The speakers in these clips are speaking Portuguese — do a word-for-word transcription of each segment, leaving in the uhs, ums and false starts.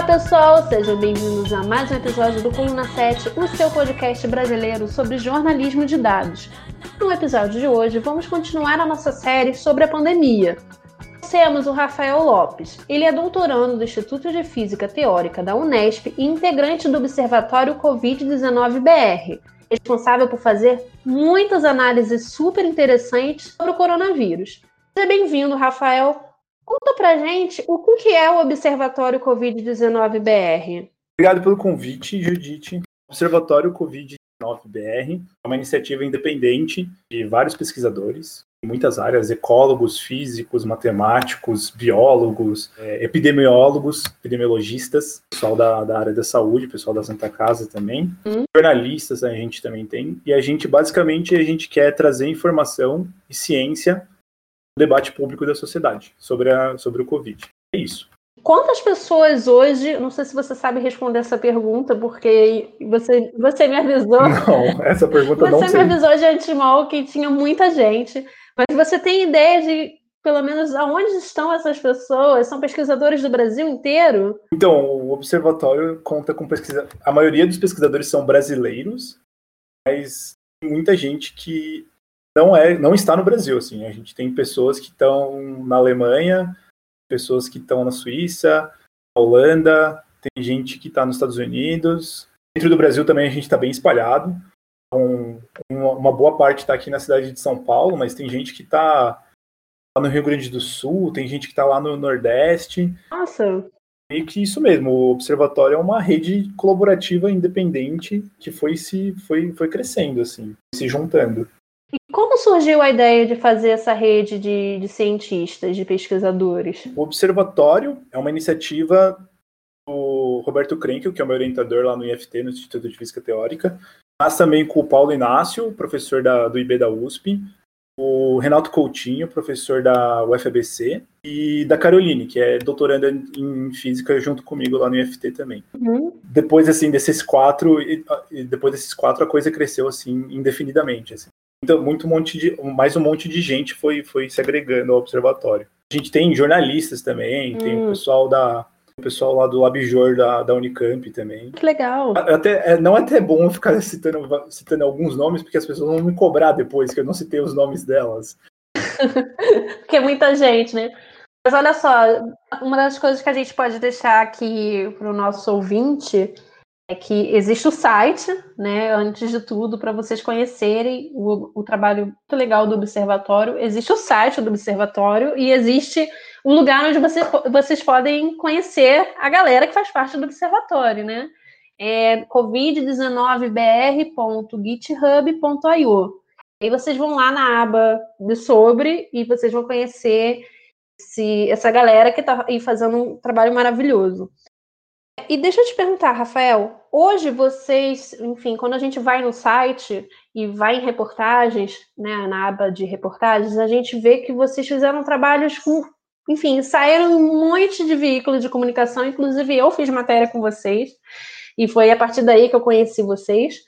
pessoal, sejam bem-vindos a mais um episódio do Coluna sete, o seu podcast brasileiro sobre jornalismo de dados. No episódio de hoje, vamos continuar a nossa série sobre a pandemia. Temos o Rafael Lopes. Ele é doutorando do Instituto de Física Teórica da Unesp e integrante do Observatório covid dezenove B R, responsável por fazer muitas análises super interessantes sobre o coronavírus. Seja bem-vindo, Rafael. Conta pra gente o que é o Observatório covid dezenove B R. Obrigado pelo convite, Judite. O Observatório covid dezenove B R é uma iniciativa independente de vários pesquisadores em muitas áreas, ecólogos, físicos, matemáticos, biólogos, é, epidemiólogos, epidemiologistas, pessoal da, da área da saúde, pessoal da Santa Casa também, hum. jornalistas a gente também tem, e a gente, basicamente, a gente quer trazer informação e ciência no debate público da sociedade sobre, a, sobre o Covid. É isso. Quantas pessoas hoje, não sei se você sabe responder essa pergunta, porque você, você me avisou. Não, essa pergunta você não sei. Você me avisou de antemão que tinha muita gente, mas você tem ideia de, pelo menos, aonde estão essas pessoas? São pesquisadores do Brasil inteiro? Então, o observatório conta com pesquisa. A maioria dos pesquisadores são brasileiros, mas tem muita gente que não, é, não está no Brasil. Assim. A gente tem pessoas que estão na Alemanha, pessoas que estão na Suíça, na Holanda, tem gente que está nos Estados Unidos. Dentro do Brasil também a gente está bem espalhado. Um, uma boa parte está aqui na cidade de São Paulo, mas tem gente que está lá no Rio Grande do Sul, tem gente que está lá no Nordeste. Nossa! Meio que isso mesmo, o Observatório é uma rede colaborativa independente que foi, se, foi, foi crescendo, assim, se juntando. E como surgiu a ideia de fazer essa rede de, de cientistas, de pesquisadores? O Observatório é uma iniciativa do Roberto Krenkel, que é o meu orientador lá no I F T, no Instituto de Física Teórica, mas também com o Paulo Inácio, professor da, do I B da U S P, o Renato Coutinho, professor da U F A B C, e da Caroline, que é doutoranda em física junto comigo lá no I F T também. Uhum. Depois, assim, desses quatro, e depois desses quatro, a coisa cresceu, assim, indefinidamente, assim. Então, muito monte de, mais um monte de gente foi, foi se agregando ao observatório. A gente tem jornalistas também, hum. tem o pessoal da o pessoal lá do Labjor da, da Unicamp também. Que legal. Até, é, não é até bom ficar citando, citando alguns nomes, porque as pessoas vão me cobrar depois, que eu não citei os nomes delas. Porque é muita gente, né? Mas olha só, uma das coisas que a gente pode deixar aqui para o nosso ouvinte é que existe o site, né, antes de tudo, para vocês conhecerem o, o trabalho muito legal do Observatório. Existe o site do Observatório e existe um lugar onde você, vocês podem conhecer a galera que faz parte do Observatório, né? É covid dezenove b r ponto github ponto i o. Aí vocês vão lá na aba de sobre e vocês vão conhecer esse, essa galera que está aí fazendo um trabalho maravilhoso. E deixa eu te perguntar, Rafael, hoje vocês, enfim, quando a gente vai no site e vai em reportagens, né, na aba de reportagens, a gente vê que vocês fizeram trabalhos com, enfim, saíram um monte de veículos de comunicação, inclusive eu fiz matéria com vocês, e foi a partir daí que eu conheci vocês.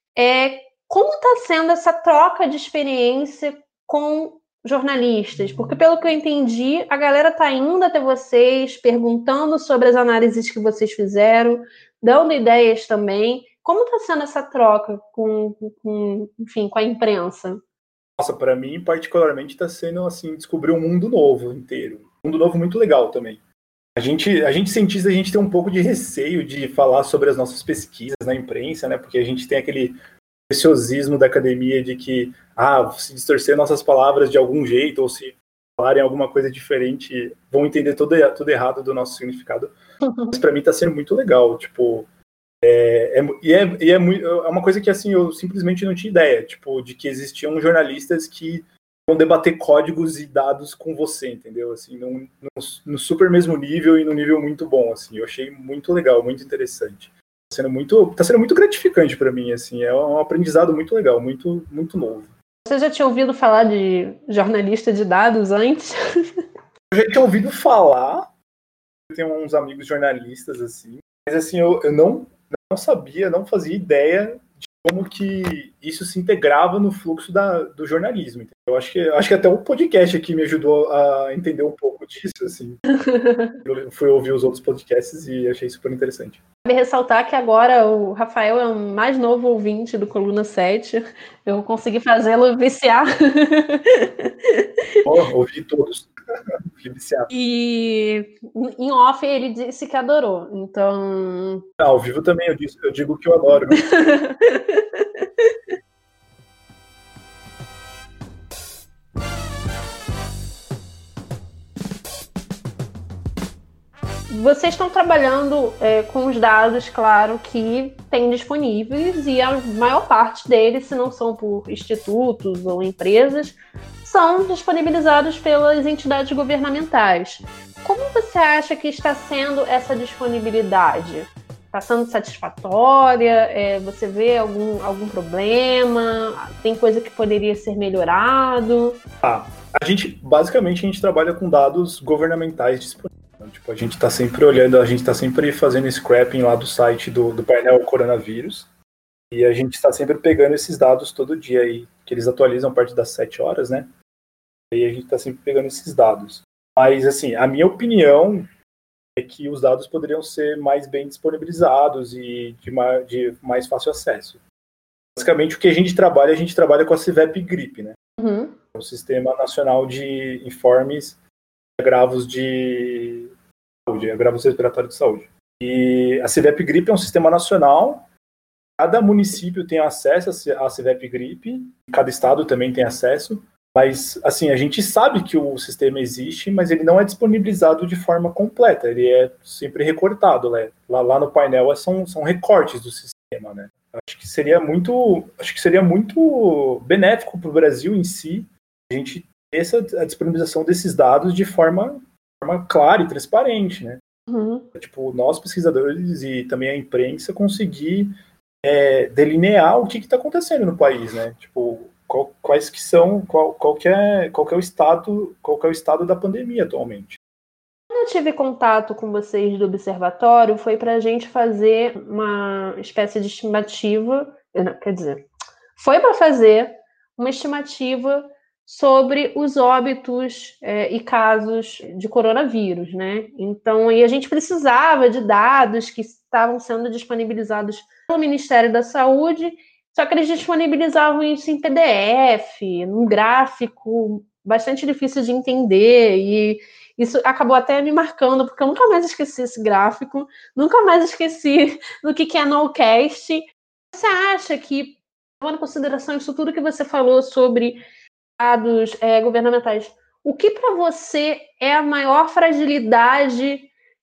É, como está sendo essa troca de experiência com jornalistas? Porque, pelo que eu entendi, a galera está indo até vocês, perguntando sobre as análises que vocês fizeram, dando ideias também. Como está sendo essa troca com, com, enfim, com a imprensa? Nossa, para mim, particularmente, está sendo, assim, descobrir um mundo novo inteiro. Um mundo novo muito legal também. A gente, a gente cientista, a gente tem um pouco de receio de falar sobre as nossas pesquisas na imprensa, né? Porque a gente tem aquele preciosismo da academia de que, ah, se distorcer nossas palavras de algum jeito, ou se falarem alguma coisa diferente, vão entender tudo, tudo errado do nosso significado. Mas para mim está sendo muito legal, tipo, é, é, e, é, e é, muito, é uma coisa que, assim, eu simplesmente não tinha ideia, tipo, de que existiam jornalistas que vão debater códigos e dados com você, entendeu? Assim, num, num, no super mesmo nível e num nível muito bom, assim, eu achei muito legal, muito interessante. Sendo muito, tá sendo muito gratificante para mim, assim, é um aprendizado muito legal, muito, muito novo. Você já tinha ouvido falar de jornalista de dados antes? Eu já tinha ouvido falar, eu tenho uns amigos jornalistas, assim, mas assim, eu, eu não, não sabia, não fazia ideia de como que isso se integrava no fluxo da, do jornalismo, entendeu? Eu acho que, acho que até o podcast aqui me ajudou a entender um pouco disso, assim. Eu fui ouvir os outros podcasts e achei super interessante. Cabe ressaltar que agora o Rafael é o mais novo ouvinte do Coluna sete. Eu consegui fazê-lo viciar. Oh, ouvi todos. Fiquei viciado. E em off ele disse que adorou. Então. Ah, ao vivo também eu, disse, eu digo que eu adoro. Vocês estão trabalhando é, com os dados, claro, que tem disponíveis, e a maior parte deles, se não são por institutos ou empresas, são disponibilizados pelas entidades governamentais. Como você acha que está sendo essa disponibilidade? Está sendo satisfatória? É, você vê algum, algum problema? Tem coisa que poderia ser melhorado? Ah, a gente, basicamente, a gente trabalha com dados governamentais disponíveis. Então, tipo, a gente está sempre olhando, a gente está sempre fazendo scrapping lá do site do, do painel coronavírus, e a gente está sempre pegando esses dados todo dia aí, que eles atualizam a partir das sete horas, né? E a gente está sempre pegando esses dados. Mas, assim, a minha opinião é que os dados poderiam ser mais bem disponibilizados e de mais, de mais fácil acesso. Basicamente, o que a gente trabalha, a gente trabalha com a CIVEP-GRIP, né? Uhum. O Sistema Nacional de Informes de Agravos de Saúde, Agravos Respiratórios de Saúde. E a CIVEP-GRIP é um sistema nacional, cada município tem acesso à CIVEP-GRIP, cada estado também tem acesso, mas, assim, a gente sabe que o sistema existe, mas ele não é disponibilizado de forma completa, ele é sempre recortado, né? Lá, lá no painel são, são recortes do sistema, né? Acho que seria muito, acho que seria muito benéfico para o Brasil em si a gente ter essa, a disponibilização desses dados de forma, forma clara e transparente, né? Uhum. Tipo, nós pesquisadores e também a imprensa conseguir é, delinear o que está acontecendo no país, né? Tipo, qual, quais que são, qual, qual, que é, qual que é o estado, qual que é o estado da pandemia atualmente. Quando eu tive contato com vocês do observatório, foi para a gente fazer uma espécie de estimativa, não, quer dizer, foi para fazer uma estimativa sobre os óbitos é, e casos de coronavírus, né? Então, e a gente precisava de dados que estavam sendo disponibilizados pelo Ministério da Saúde, só que eles disponibilizavam isso em P D F, num gráfico bastante difícil de entender, e isso acabou até me marcando, porque eu nunca mais esqueci esse gráfico, nunca mais esqueci do que é Nowcast. Você acha que, levando em consideração isso tudo que você falou sobre dados é, governamentais, o que para você é a maior fragilidade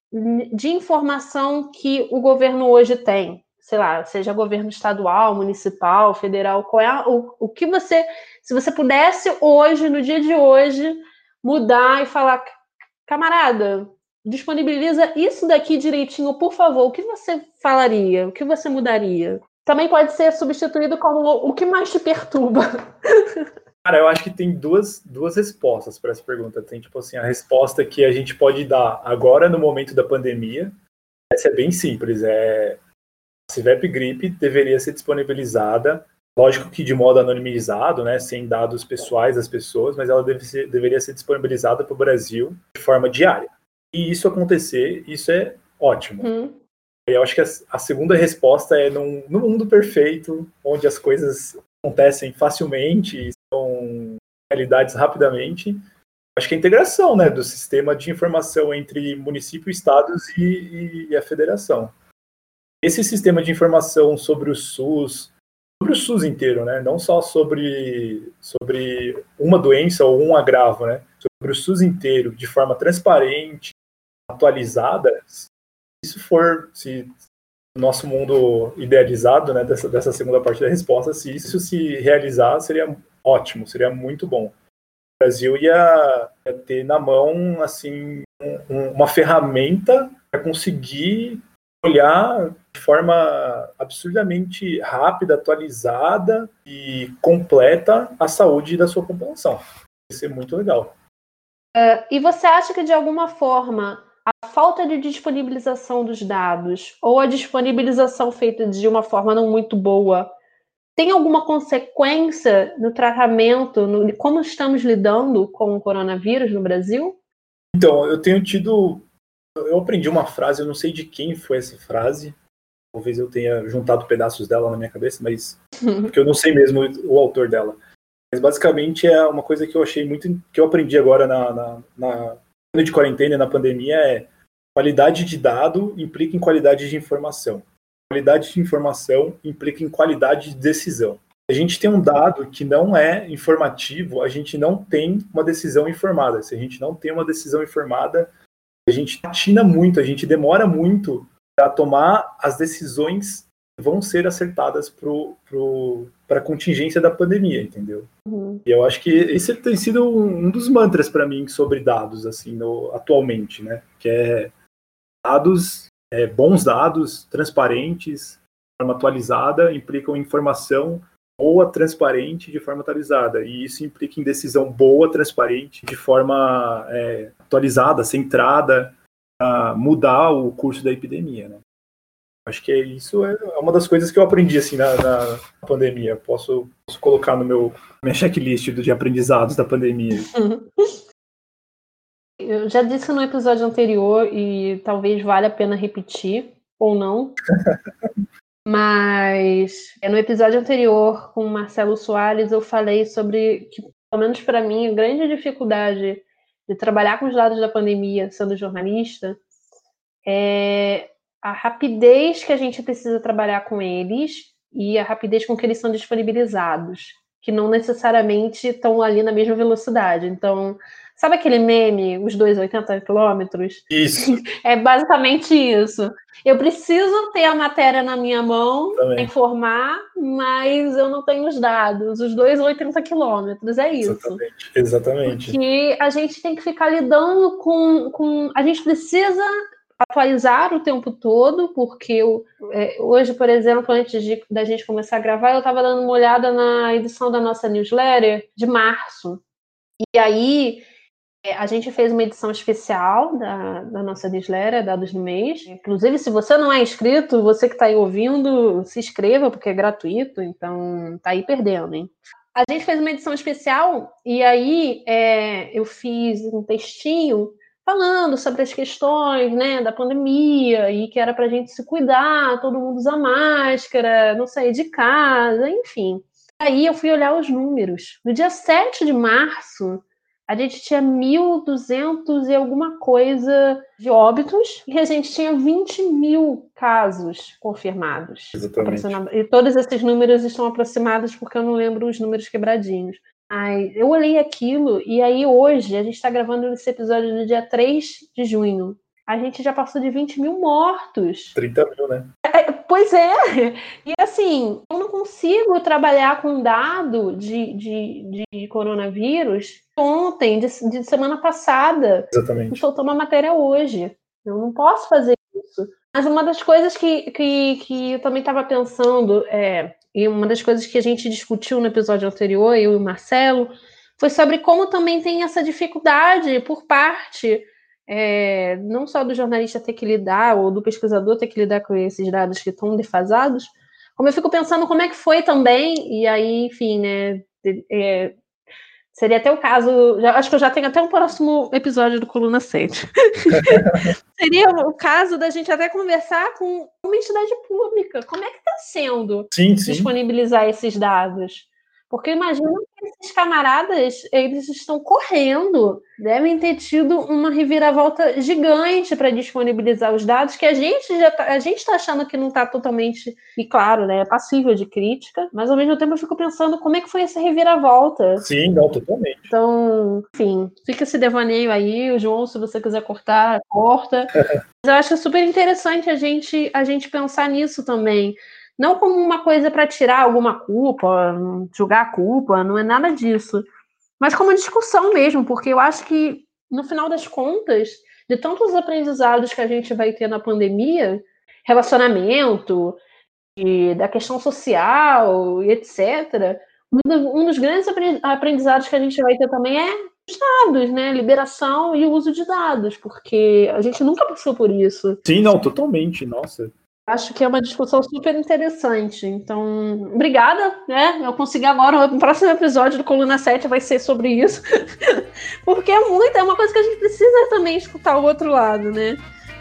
de informação que o governo hoje tem? Sei lá, seja governo estadual, municipal, federal, qual é o, o que você, se você pudesse hoje, no dia de hoje, mudar e falar, camarada, disponibiliza isso daqui direitinho, por favor, o que você falaria? O que você mudaria? Também pode ser substituído como o que mais te perturba. Cara, eu acho que tem duas, duas respostas para essa pergunta. Tem, tipo assim, a resposta que a gente pode dar agora no momento da pandemia. Essa é bem simples. É, a CIVEP-GRIP deveria ser disponibilizada, lógico que de modo anonimizado, né, sem dados pessoais das pessoas, mas ela deve ser, deveria ser disponibilizada para o Brasil de forma diária. E isso acontecer, isso é ótimo. Hum. Eu acho que a, a segunda resposta é num, num mundo perfeito, onde as coisas acontecem facilmente e são realidades rapidamente. Acho que a integração, né, do sistema de informação entre município, estados e, e, e a federação. Esse sistema de informação sobre o SUS, sobre o SUS inteiro, né, não só sobre, sobre uma doença ou um agravo, né, sobre o SUS inteiro, de forma transparente, atualizada, se isso for, se o nosso mundo idealizado, né, dessa, dessa segunda parte da resposta, se isso se realizar, seria ótimo, seria muito bom. O Brasil ia, ia ter na mão, assim, um, uma ferramenta para conseguir olhar de forma absurdamente rápida, atualizada e completa a saúde da sua população. Isso é muito legal. Uh, e você acha que, de alguma forma, a falta de disponibilização dos dados ou a disponibilização feita de uma forma não muito boa tem alguma consequência no tratamento, no como estamos lidando com o coronavírus no Brasil? Então, eu tenho tido... Eu aprendi uma frase, eu não sei de quem foi essa frase. Talvez eu tenha juntado pedaços dela na minha cabeça, mas... Porque eu não sei mesmo o autor dela. Mas basicamente é uma coisa que eu achei muito... Que eu aprendi agora na, na, na ano de quarentena, na pandemia, é qualidade de dado implica em qualidade de informação. Qualidade de informação implica em qualidade de decisão. Se a gente tem um dado que não é informativo, a gente não tem uma decisão informada. Se a gente não tem uma decisão informada, a gente patina muito, a gente demora muito para tomar as decisões que vão ser acertadas para a contingência da pandemia, entendeu? Uhum. E eu acho que esse tem sido um, um dos mantras para mim sobre dados, assim, no, atualmente, né? Que é dados, é, bons dados, transparentes, de forma atualizada, implicam em informação boa, transparente, de forma atualizada. E isso implica em decisão boa, transparente, de forma é, atualizada, centrada, a mudar o curso da epidemia, né? Acho que isso é uma das coisas que eu aprendi assim, na, na pandemia. Posso, posso colocar no meu minha checklist de aprendizados da pandemia. Eu já disse no episódio anterior, e talvez valha a pena repetir, ou não, mas no episódio anterior com o Marcelo Soares eu falei sobre que, pelo menos para mim, a grande dificuldade de trabalhar com os dados da pandemia sendo jornalista é a rapidez que a gente precisa trabalhar com eles e a rapidez com que eles são disponibilizados, que não necessariamente estão ali na mesma velocidade. Então, sabe aquele meme, os dois oitenta quilômetros? Isso. É basicamente isso. Eu preciso ter a matéria na minha mão para informar, mas eu não tenho os dados. Os dois oitenta quilômetros, é isso. Exatamente. Exatamente. Porque a gente tem que ficar lidando com... com... A gente precisa atualizar o tempo todo, porque eu, é, hoje, por exemplo, antes de, da gente começar a gravar, eu estava dando uma olhada na edição da nossa newsletter de março. E aí, é, a gente fez uma edição especial da, da nossa newsletter, Dados do Mês. Inclusive, se você não é inscrito, você que está aí ouvindo, se inscreva, porque é gratuito, então tá aí perdendo, hein? A gente fez uma edição especial, e aí é, eu fiz um textinho falando sobre as questões, né, da pandemia, e que era para a gente se cuidar, todo mundo usar máscara, não sair de casa, enfim. Aí eu fui olhar os números. No dia sete de março, a gente tinha mil e duzentos e alguma coisa de óbitos, e a gente tinha vinte mil casos confirmados. Exatamente. E todos esses números estão aproximados porque eu não lembro os números quebradinhos. Aí, eu olhei aquilo, e aí hoje, a gente está gravando esse episódio no dia três de junho. A gente já passou de vinte mil mortos. trinta mil, né? É, pois é. E assim, eu não consigo trabalhar com dado de, de, de coronavírus ontem, de, de semana passada. Exatamente. Me soltou uma matéria hoje. Eu não posso fazer isso. Mas uma das coisas que, que, que eu também estava pensando, é, e uma das coisas que a gente discutiu no episódio anterior, eu e o Marcelo, foi sobre como também tem essa dificuldade por parte, é, não só do jornalista ter que lidar, ou do pesquisador ter que lidar com esses dados que estão defasados, como eu fico pensando como é que foi também, e aí, enfim, né, é, seria até o caso, já, acho que eu já tenho até um próximo episódio do Coluna sete. Seria o caso da gente até conversar com uma entidade pública. Como é que está sendo sim, sim. disponibilizar esses dados? Porque imagina que esses camaradas, eles estão correndo, devem ter tido uma reviravolta gigante para disponibilizar os dados, que a gente já tá, a gente está achando que não está totalmente, e claro, né, passível de crítica, mas ao mesmo tempo eu fico pensando como é que foi essa reviravolta. Sim, não, totalmente. Então, enfim, fica esse devaneio aí, o João, se você quiser cortar, corta. Mas eu acho super interessante a gente, a gente pensar nisso também. Não como uma coisa para tirar alguma culpa, julgar a culpa, não é nada disso. Mas como discussão mesmo, porque eu acho que, no final das contas, de tantos aprendizados que a gente vai ter na pandemia, relacionamento, e da questão social, e etcétera, um dos grandes aprendizados que a gente vai ter também é os dados, né? Liberação e o uso de dados, porque a gente nunca passou por isso. Sim, não, totalmente, nossa. Acho que é uma discussão super interessante. Então, obrigada, né? Eu consegui agora, o próximo episódio do Coluna sete vai ser sobre isso. Porque é muito, é uma coisa que a gente precisa também escutar o outro lado, né?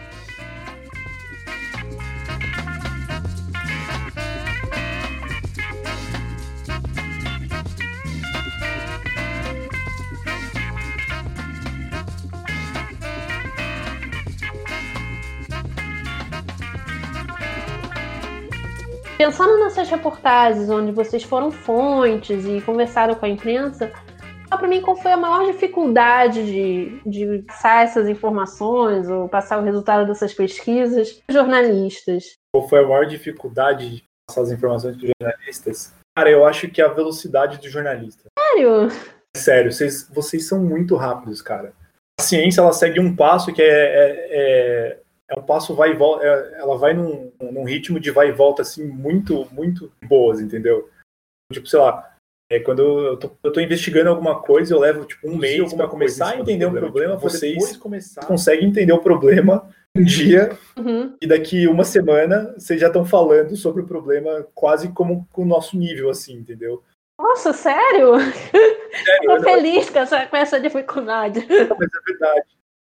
Pensando nessas reportagens onde vocês foram fontes e conversaram com a imprensa, para mim qual foi a maior dificuldade de, de passar essas informações ou passar o resultado dessas pesquisas para jornalistas? Qual foi a maior dificuldade de passar as informações para os jornalistas? Cara, eu acho que é a velocidade do jornalista. Sério? Sério, vocês, vocês são muito rápidos, cara. A ciência, ela segue um passo que é... é, é... É um passo vai e volta, ela vai num, num ritmo de vai e volta, assim, muito, muito boas, entendeu? Tipo, sei lá, é, quando eu tô, eu tô investigando alguma coisa, eu levo, tipo, um mês para começar a entender um problema, tipo, vocês começar... conseguem entender o problema um dia, uhum. E daqui uma semana, vocês já estão falando sobre o problema quase como com o nosso nível, assim, entendeu? Nossa, sério? sério tô feliz com essa, com essa dificuldade. Não, mas é verdade,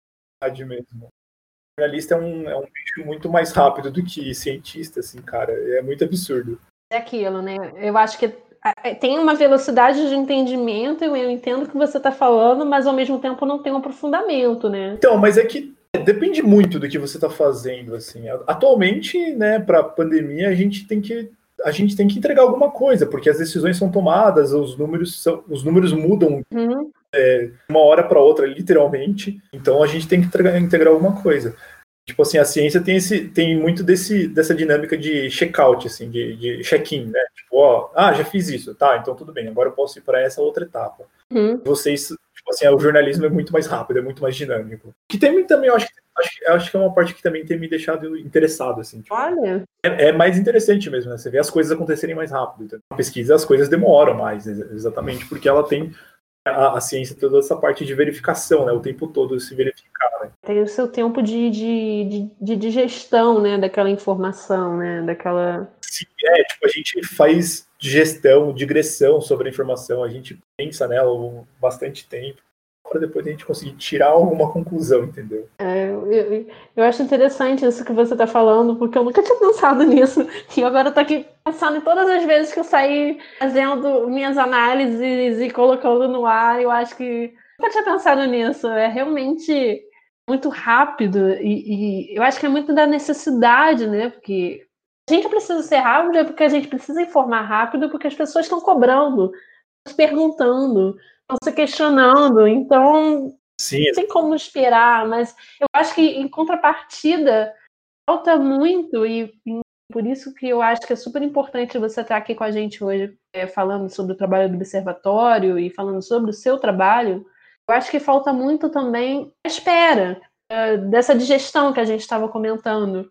é verdade mesmo. O jornalista é um, é um bicho muito mais rápido do que cientista, assim, cara. É muito absurdo. É aquilo, né? Eu acho que tem uma velocidade de entendimento, eu entendo o que você está falando, mas ao mesmo tempo não tem um aprofundamento, né? Então, mas é que depende muito do que você está fazendo, assim. Atualmente, né, para a pandemia, a gente tem que a gente tem que entregar alguma coisa, porque as decisões são tomadas, os números são, os números mudam uhum. é, uma hora para outra, literalmente. Então a gente tem que entregar, integrar alguma coisa. Tipo assim, a ciência tem, esse, tem muito desse, dessa dinâmica de check-out, assim, de, de check-in, né? Tipo, ó, ah, já fiz isso, tá, então tudo bem, agora eu posso ir para essa outra etapa. Uhum. Vocês, tipo assim, o jornalismo é muito mais rápido, é muito mais dinâmico. Que tem também, eu acho, acho, acho que é uma parte que também tem me deixado interessado, assim. Tipo, olha! É, é mais interessante mesmo, né? Você vê as coisas acontecerem mais rápido. Então, na pesquisa, as coisas demoram mais, exatamente, porque ela tem a, a ciência toda essa parte de verificação, né? O tempo todo se verificar, né? Tem o seu tempo de, de, de, de digestão, né? Daquela informação, né? Daquela... Sim, é, tipo, a gente faz digestão, digressão sobre a informação, a gente pensa nela bastante tempo, para depois a gente conseguir tirar alguma conclusão, entendeu? É, eu, eu acho interessante isso que você está falando, porque eu nunca tinha pensado nisso, e agora eu tô aqui pensando em todas as vezes que eu saí fazendo minhas análises e colocando no ar, eu acho que nunca tinha pensado nisso, é realmente muito rápido, e, e eu acho que é muito da necessidade, né, porque a gente precisa ser rápido, é porque a gente precisa informar rápido, porque as pessoas estão cobrando, estão se perguntando, estão se questionando, então Sim, não tem como esperar, mas eu acho que em contrapartida falta muito, e, e por isso que eu acho que é super importante você estar aqui com a gente hoje, é, falando sobre o trabalho do Observatório e falando sobre o seu trabalho. Eu acho que falta muito também a espera, é, dessa digestão que a gente estava comentando,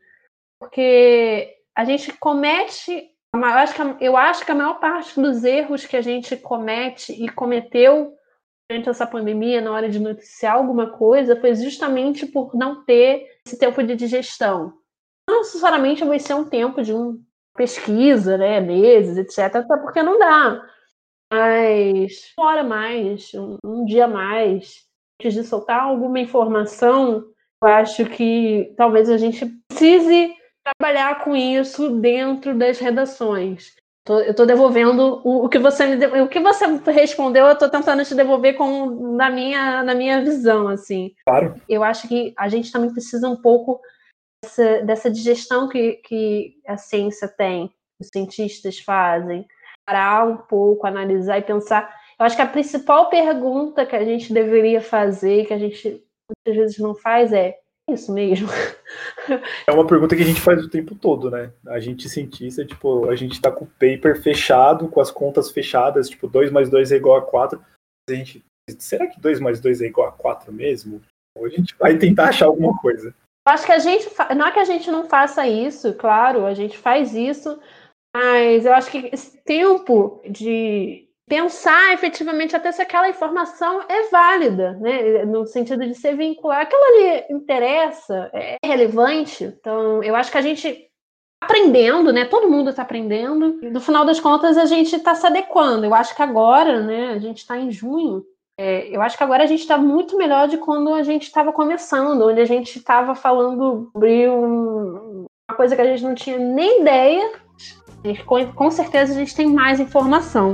porque a gente comete, eu acho, que a, eu acho que a maior parte dos erros que a gente comete e cometeu durante essa pandemia, na hora de noticiar alguma coisa, foi justamente por não ter esse tempo de digestão. Não necessariamente vai ser um tempo de uma pesquisa, né, meses, etcétera, até porque não dá. Mas uma hora mais, um, um dia mais, antes de soltar alguma informação, eu acho que talvez a gente precise trabalhar com isso dentro das redações. Eu estou devolvendo o, o que você me o que você respondeu, eu estou tentando te devolver com, na, minha, na minha visão, assim. Claro. Eu acho que a gente também precisa um pouco dessa, dessa digestão que, que a ciência tem, os cientistas fazem, parar um pouco, analisar e pensar. Eu acho que a principal pergunta que a gente deveria fazer, que a gente muitas vezes não faz, é isso mesmo? É uma pergunta que a gente faz o tempo todo, né? A gente cientista, tipo, a gente tá com o paper fechado, com as contas fechadas, tipo, dois mais dois é igual a quatro. A gente, será que dois mais dois é igual a quatro mesmo? Ou a gente vai tentar achar alguma coisa? Eu acho que a gente, não é que a gente não faça isso, claro, a gente faz isso, mas eu acho que esse tempo de pensar efetivamente até se aquela informação é válida, né? No sentido de ser vincular. Aquilo ali interessa, é relevante. Então, eu acho que a gente aprendendo, né? Todo mundo está aprendendo. E, no final das contas, a gente está se adequando. Eu acho que agora, né? A gente está em junho. É, eu acho que agora a gente está muito melhor de quando a gente estava começando, onde a gente estava falando sobre um, uma coisa que a gente não tinha nem ideia. E com, com certeza a gente tem mais informação.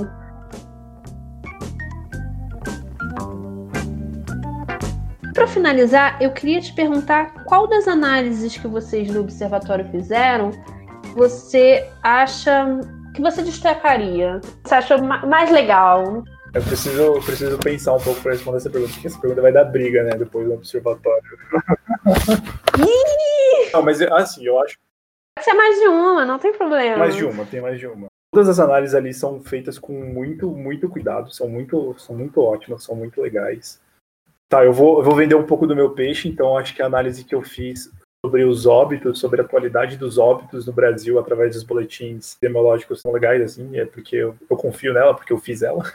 Para finalizar, eu queria te perguntar qual das análises que vocês do Observatório fizeram você acha que você destacaria? Você acha mais legal? Eu preciso, eu preciso pensar um pouco para responder essa pergunta, porque essa pergunta vai dar briga, né, depois do Observatório. Não, mas assim, eu acho... Pode ser mais de uma, não tem problema. Mais de uma, tem mais de uma. Todas as análises ali são feitas com muito, muito cuidado, são muito, são muito ótimas, são muito legais. Tá, eu vou, eu vou vender um pouco do meu peixe, então acho que a análise que eu fiz sobre os óbitos, sobre a atualidade dos óbitos no Brasil através dos boletins epidemiológicos são legais, assim, é porque eu, eu confio nela, porque eu fiz ela.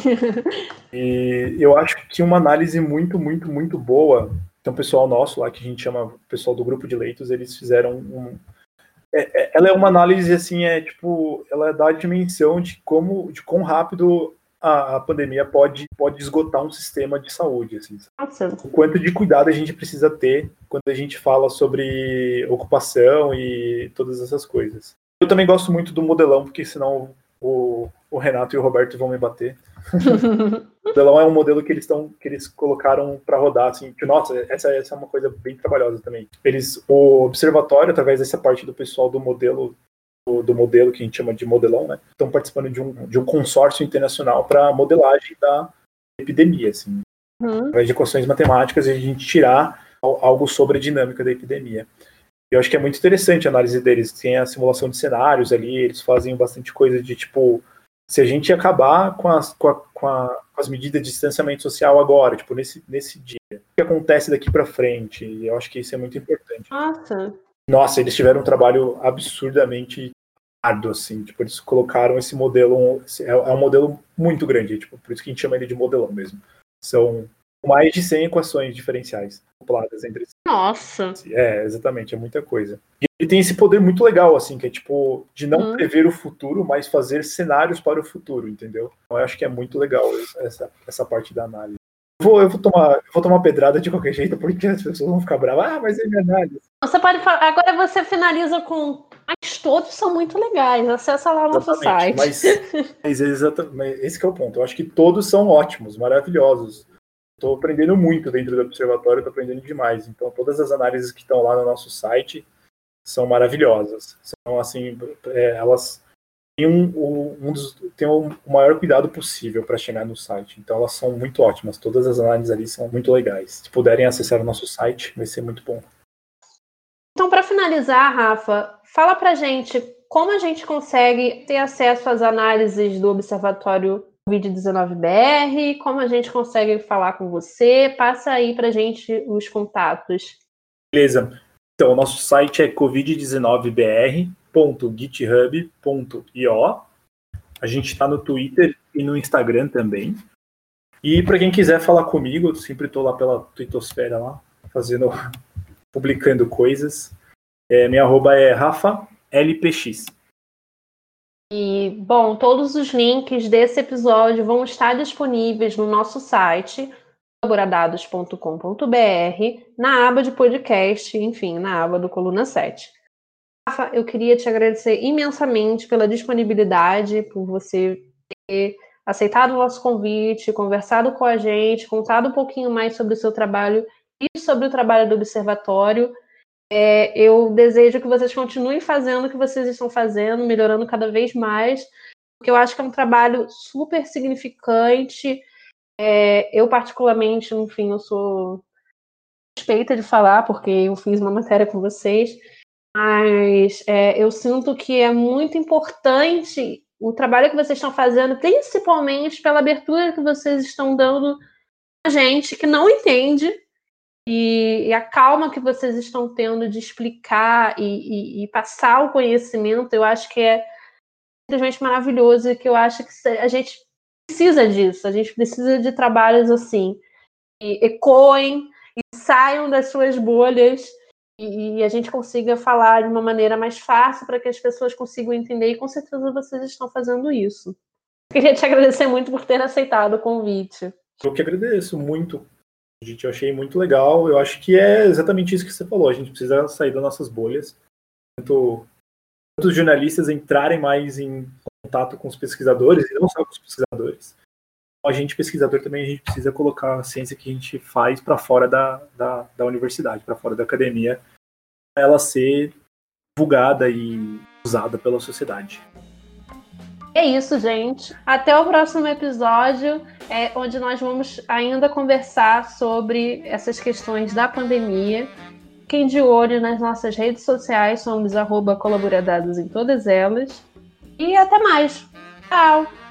E eu acho que uma análise muito, muito, muito boa, tem um pessoal nosso lá, que a gente chama o pessoal do grupo de leitos, eles fizeram um... É, é, ela é uma análise, assim, é tipo, ela dá a dimensão de como, de quão rápido a, a pandemia pode, pode esgotar um sistema de saúde, assim. Nossa. O quanto de cuidado a gente precisa ter quando a gente fala sobre ocupação e todas essas coisas. Eu também gosto muito do modelão, porque senão o, o Renato e o Roberto vão me bater. O modelão é um modelo que eles, tão, que eles colocaram para rodar, assim, que, nossa, essa, essa é uma coisa bem trabalhosa também. Eles, o observatório, através dessa parte do pessoal do modelo, do, do modelo que a gente chama de modelão, né, estão participando de um, de um consórcio internacional para modelagem da epidemia, assim. Uhum. Através de equações matemáticas, a gente tirar algo sobre a dinâmica da epidemia. Eu acho que é muito interessante a análise deles. Tem a simulação de cenários ali, eles fazem bastante coisa de, tipo, se a gente acabar com as, com, a, com, a, com as medidas de distanciamento social agora, tipo, nesse, nesse dia, o que acontece daqui para frente? E eu acho que isso é muito importante. Nossa. Nossa, eles tiveram um trabalho absurdamente árduo, assim, tipo, eles colocaram esse modelo, é, é um modelo muito grande, tipo, por isso que a gente chama ele de modelão mesmo. São mais de cem equações diferenciais acopladas entre si. Nossa. É, exatamente, é muita coisa. E ele tem esse poder muito legal, assim, que é tipo, de não hum. prever o futuro, mas fazer cenários para o futuro, entendeu? Então eu acho que é muito legal essa, essa parte da análise. Eu vou, eu vou tomar, eu vou tomar pedrada de qualquer jeito, porque as pessoas vão ficar bravas. Ah, mas é minha análise. Você pode falar, agora você finaliza com, mas todos são muito legais, acessa lá o nosso site. Mas, mas, exatamente, esse que é o ponto. Eu acho que todos são ótimos, maravilhosos. Estou aprendendo muito dentro do observatório, estou aprendendo demais. Então, todas as análises que estão lá no nosso site são maravilhosas. São, assim, é, elas têm, um, um dos, têm o maior cuidado possível para chegar no site. Então, elas são muito ótimas. Todas as análises ali são muito legais. Se puderem acessar o nosso site, vai ser muito bom. Então, para finalizar, Rafa, fala para a gente como a gente consegue ter acesso às análises do Observatório covid dezenove B R, como a gente consegue falar com você, passa aí pra gente os contatos. Beleza. Então, o nosso site é covid dezenove b r ponto github ponto i o. A gente está no Twitter e no Instagram também. E para quem quiser falar comigo, eu sempre estou lá pela twittosfera lá, fazendo, publicando coisas. É, minha arroba é rafa l p x. E, bom, todos os links desse episódio vão estar disponíveis no nosso site, colaboradados ponto com ponto b r, na aba de podcast, enfim, na aba do Coluna sete. Rafa, eu queria te agradecer imensamente pela disponibilidade, por você ter aceitado o nosso convite, conversado com a gente, contado um pouquinho mais sobre o seu trabalho e sobre o trabalho do Observatório. É, eu desejo que vocês continuem fazendo o que vocês estão fazendo, melhorando cada vez mais, porque eu acho que é um trabalho super significante. É, eu, particularmente, enfim, eu sou suspeita de falar, porque eu fiz uma matéria com vocês, mas é, eu sinto que é muito importante o trabalho que vocês estão fazendo, principalmente pela abertura que vocês estão dando a gente que não entende. E, e a calma que vocês estão tendo de explicar e, e, e passar o conhecimento, eu acho que é simplesmente maravilhoso e que eu acho que a gente precisa disso, a gente precisa de trabalhos assim, que ecoem e saiam das suas bolhas e a gente consiga falar de uma maneira mais fácil para que as pessoas consigam entender, e com certeza vocês estão fazendo isso. Queria te agradecer muito por ter aceitado o convite. Eu que agradeço muito, gente, eu achei muito legal. Eu acho que é exatamente isso que você falou, a gente precisa sair das nossas bolhas, tanto, tanto os jornalistas entrarem mais em contato com os pesquisadores, e não só com os pesquisadores. A gente, pesquisador, também a gente precisa colocar a ciência que a gente faz para fora da, da, da universidade, para fora da academia, para ela ser divulgada e usada pela sociedade. É isso, gente. Até o próximo episódio, é, onde nós vamos ainda conversar sobre essas questões da pandemia. Fiquem de olho nas nossas redes sociais, somos arroba colaboradados em todas elas. E até mais. Tchau!